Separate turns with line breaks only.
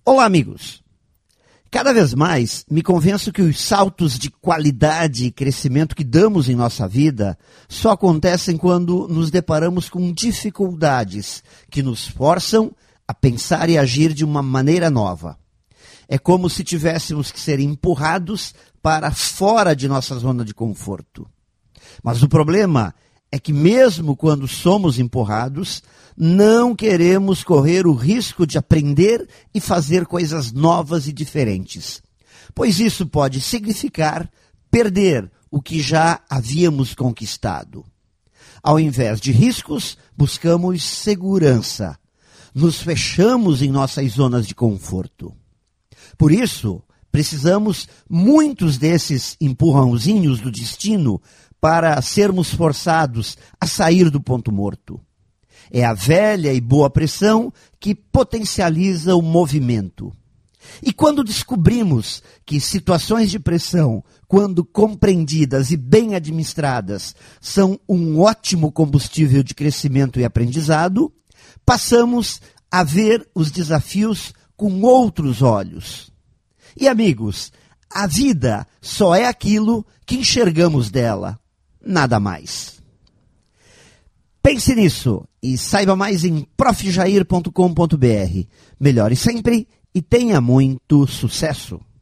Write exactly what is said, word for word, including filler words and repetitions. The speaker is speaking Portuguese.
Olá, amigos! Cada vez mais me convenço que os saltos de qualidade e crescimento que damos em nossa vida só acontecem quando nos deparamos com dificuldades que nos forçam a pensar e agir de uma maneira nova. É como se tivéssemos que ser empurrados para fora de nossa zona de conforto. Mas o problema é que mesmo quando somos empurrados, não queremos correr o risco de aprender e fazer coisas novas e diferentes, pois isso pode significar perder o que já havíamos conquistado. Ao invés de riscos, buscamos segurança. Nos fechamos em nossas zonas de conforto. Por isso, precisamos muitos desses empurrãozinhos do destino para sermos forçados a sair do ponto morto. É a velha e boa pressão que potencializa o movimento. E quando descobrimos que situações de pressão, quando compreendidas e bem administradas, são um ótimo combustível de crescimento e aprendizado, passamos a ver os desafios com outros olhos. E amigos, a vida só é aquilo que enxergamos dela, nada mais. Pense nisso e saiba mais em prof jair ponto com ponto br. Melhore sempre e tenha muito sucesso!